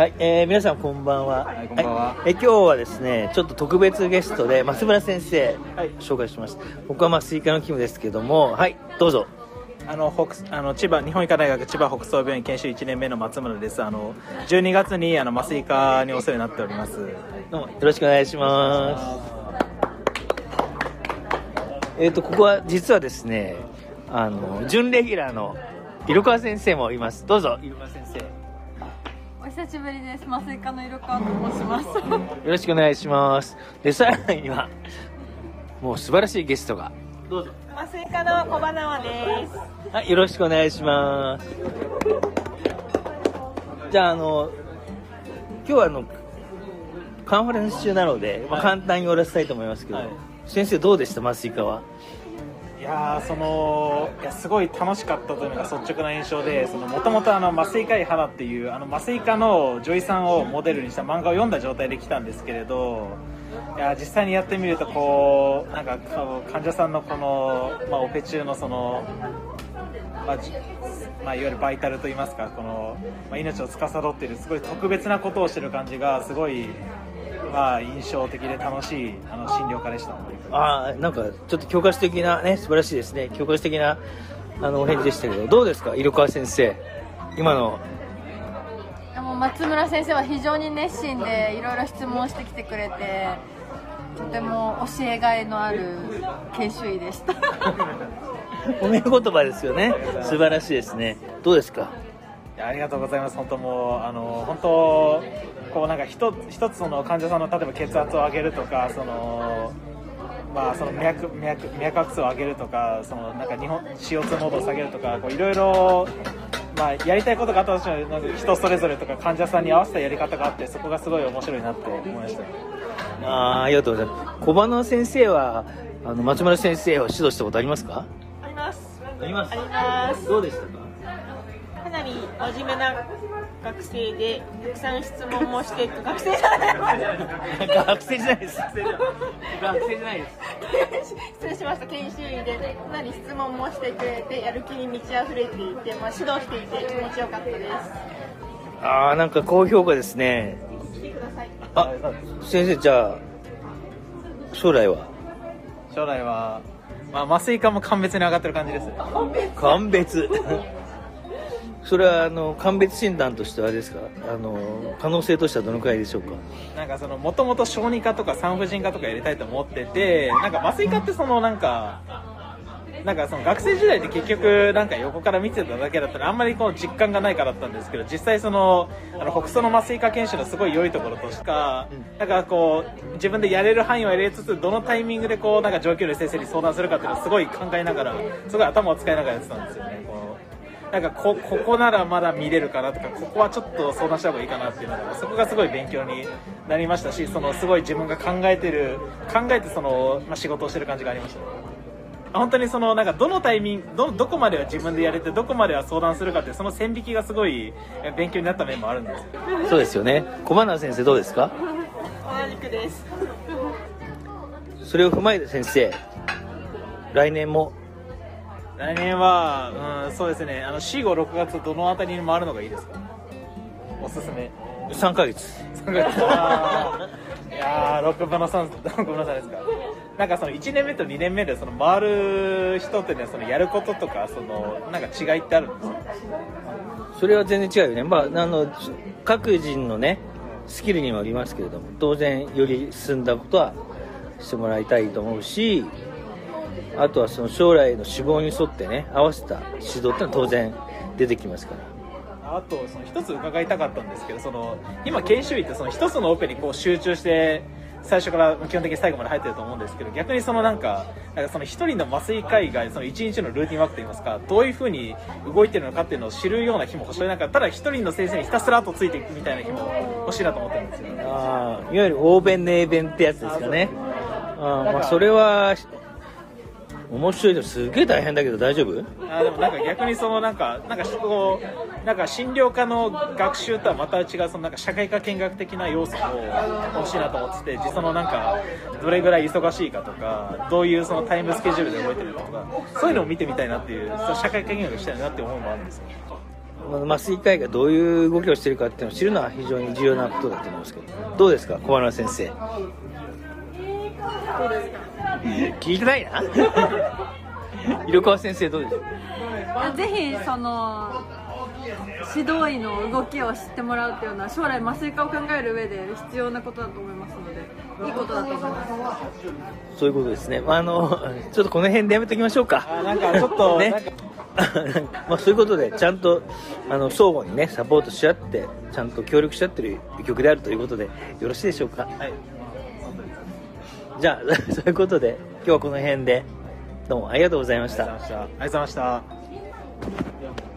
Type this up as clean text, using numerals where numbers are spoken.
はい、皆さんこんばんは。 はい、こんばんは。 今日はですね、ちょっと特別ゲストで松村先生、紹介します。僕は麻酔科の勤務ですけども、はい、どうぞ。 千葉日本医科大学千葉北総病院研修1年目の松村です。12月に麻酔科にお世話になっております。 どうもよろしくお願いします。ここは実はですね、準レギュラーの色川先生もいます。どうぞ、色川先生。 お久しぶりです。麻酔科の色川と申します。よろしくお願いします。で、さらにはもう素晴らしいゲストが。どうぞ。 麻酔科の小花輪です。 はい、よろしくお願いします。じゃあ今日はカンファレンス中なので、簡単に終わらせたいと思いますけど、先生どうでした麻酔科は？ いやすごい楽しかったというのが率直な印象で、もともと麻酔科医花っていう麻酔科の女医さんをモデルにした漫画を読んだ状態で来たんですけれど、いや実際にやってみるとなんか患者さんのオペ中のいわゆるバイタルといいますか、命を司っているすごい特別なことをしている感じがすごい印象的で楽しい診療科でした。 なんかちょっと教科書的なね、素晴らしいですね。教科書的なお返事でしたけど、どうですか色川先生、今の。 松村先生は非常に熱心でいろいろ質問してきてくれて、とても教えがいのある研修医でした褒め言葉ですよね。素晴らしいですね。どうですか？ ありがとうございます。本当もう本当なんか一つ患者さんの例えば血圧を上げるとか脈拍数を上げるとかなんかCO2 濃度を下げるとかいろいろやりたいことがあったとしても人それぞれとか患者さんに合わせたやり方があって、そこがすごい面白いなって思いました。 ありがとうございます。小花先生は松村先生を指導したことありますか？ あります。 あります。 あります。 どうでしたか？ かなり真面目な学生でたくさん質問もして学生じゃない学生じゃないです。学生じゃないです。 失礼しました。研修医でかなり質問もしてくれて、やる気に満ち溢れていて、指導していて気持ちよかったです。 なんか高評価ですね。 来てください。 先生、じゃあ将来は麻酔科も鑑別に上がってる感じですね。 鑑別それは鑑別診断としてはあれですか？可能性としてはどのくらいでしょうか？ なんかもともと小児科とか産婦人科とかやりたいと思ってて、なんか麻酔科ってなんか学生時代で結局なんか横から見てただけだったらあんまり実感がないからだったんですけど、実際北総の麻酔科研修のすごい良いところとしか、なんか自分でやれる範囲は入れつつ、どのタイミングでなんか上級の先生に相談するかっていうのをすごい考えながら、すごい頭を使いながらやってたんですよね。なんかここならまだ見れるかなとか、ここはちょっと相談した方がいいかなっていうのが、そこがすごい勉強になりましたし、すごい自分が考えて仕事をしてる感じがありました。本当になんかどのタイミングどこまでは自分でやれて、どこまでは相談するかっていうその線引きがすごい勉強になった面もあるんです。 そうですよね。小花先生どうですか？ 同じくです。 それを踏まえて先生、来年は、そうですね。4、5、6月どのあたりに回るのがいいですか？おすすめ。 3ヶ月。 いやー、6分の3、ごめんなさいですか。なんか1年目と2年目で回る人ってね、やることとかなんか違いってあるんですか？ それは全然違うよね。各人のねスキルにもありますけれども、当然より進んだことはしてもらいたいと思うし、あとは将来の志望に沿ってね合わせた指導ってのは当然出てきますから。 あと一つ伺いたかったんですけど、今研修医って一つのオペに集中して最初から基本的に最後まで入ってると思うんですけど、逆になんか一人の麻酔科医が一日のルーティンワークといいますか、どういうふうに動いてるのかっていうのを知るような日も欲しい。なんかただ一人の先生にひたすら後ついていくみたいな日も欲しいなと思ってるんですよ。 いわゆる欧弁ネー弁ってやつですかね。それは面白いです。すげえ大変だけど大丈夫？ でもなんか逆になんか診療科の学習とはまた違うなんか社会科見学的な要素も欲しいなと思ってて、実際なんかどれぐらい忙しいかとか、どういうタイムスケジュールで動いてるかとか、そういうのを見てみたいなっていう、社会科見学したいなって思いもあるんですよ。 麻酔科医がどういう動きをしているかっていうのを知るのは非常に重要なことだと思いますけど、どうですか小原先生。 どうですか？ 聞いてないな色川先生どうですか。 ぜひその指導医の動きを知ってもらうっていうのは将来麻酔科を考える上で必要なことだと思いますので、いいことだと思います。 そういうことですね。ちょっとこの辺でやめときましょうか。 なんかちょっとねなんかそういうことでちゃんと相互にねサポートし合ってちゃんと協力し合ってる曲であるということでよろしいでしょうか。 はい、 じゃあそういうことで今日はこの辺でどうもありがとうございました。 ありがとうございました。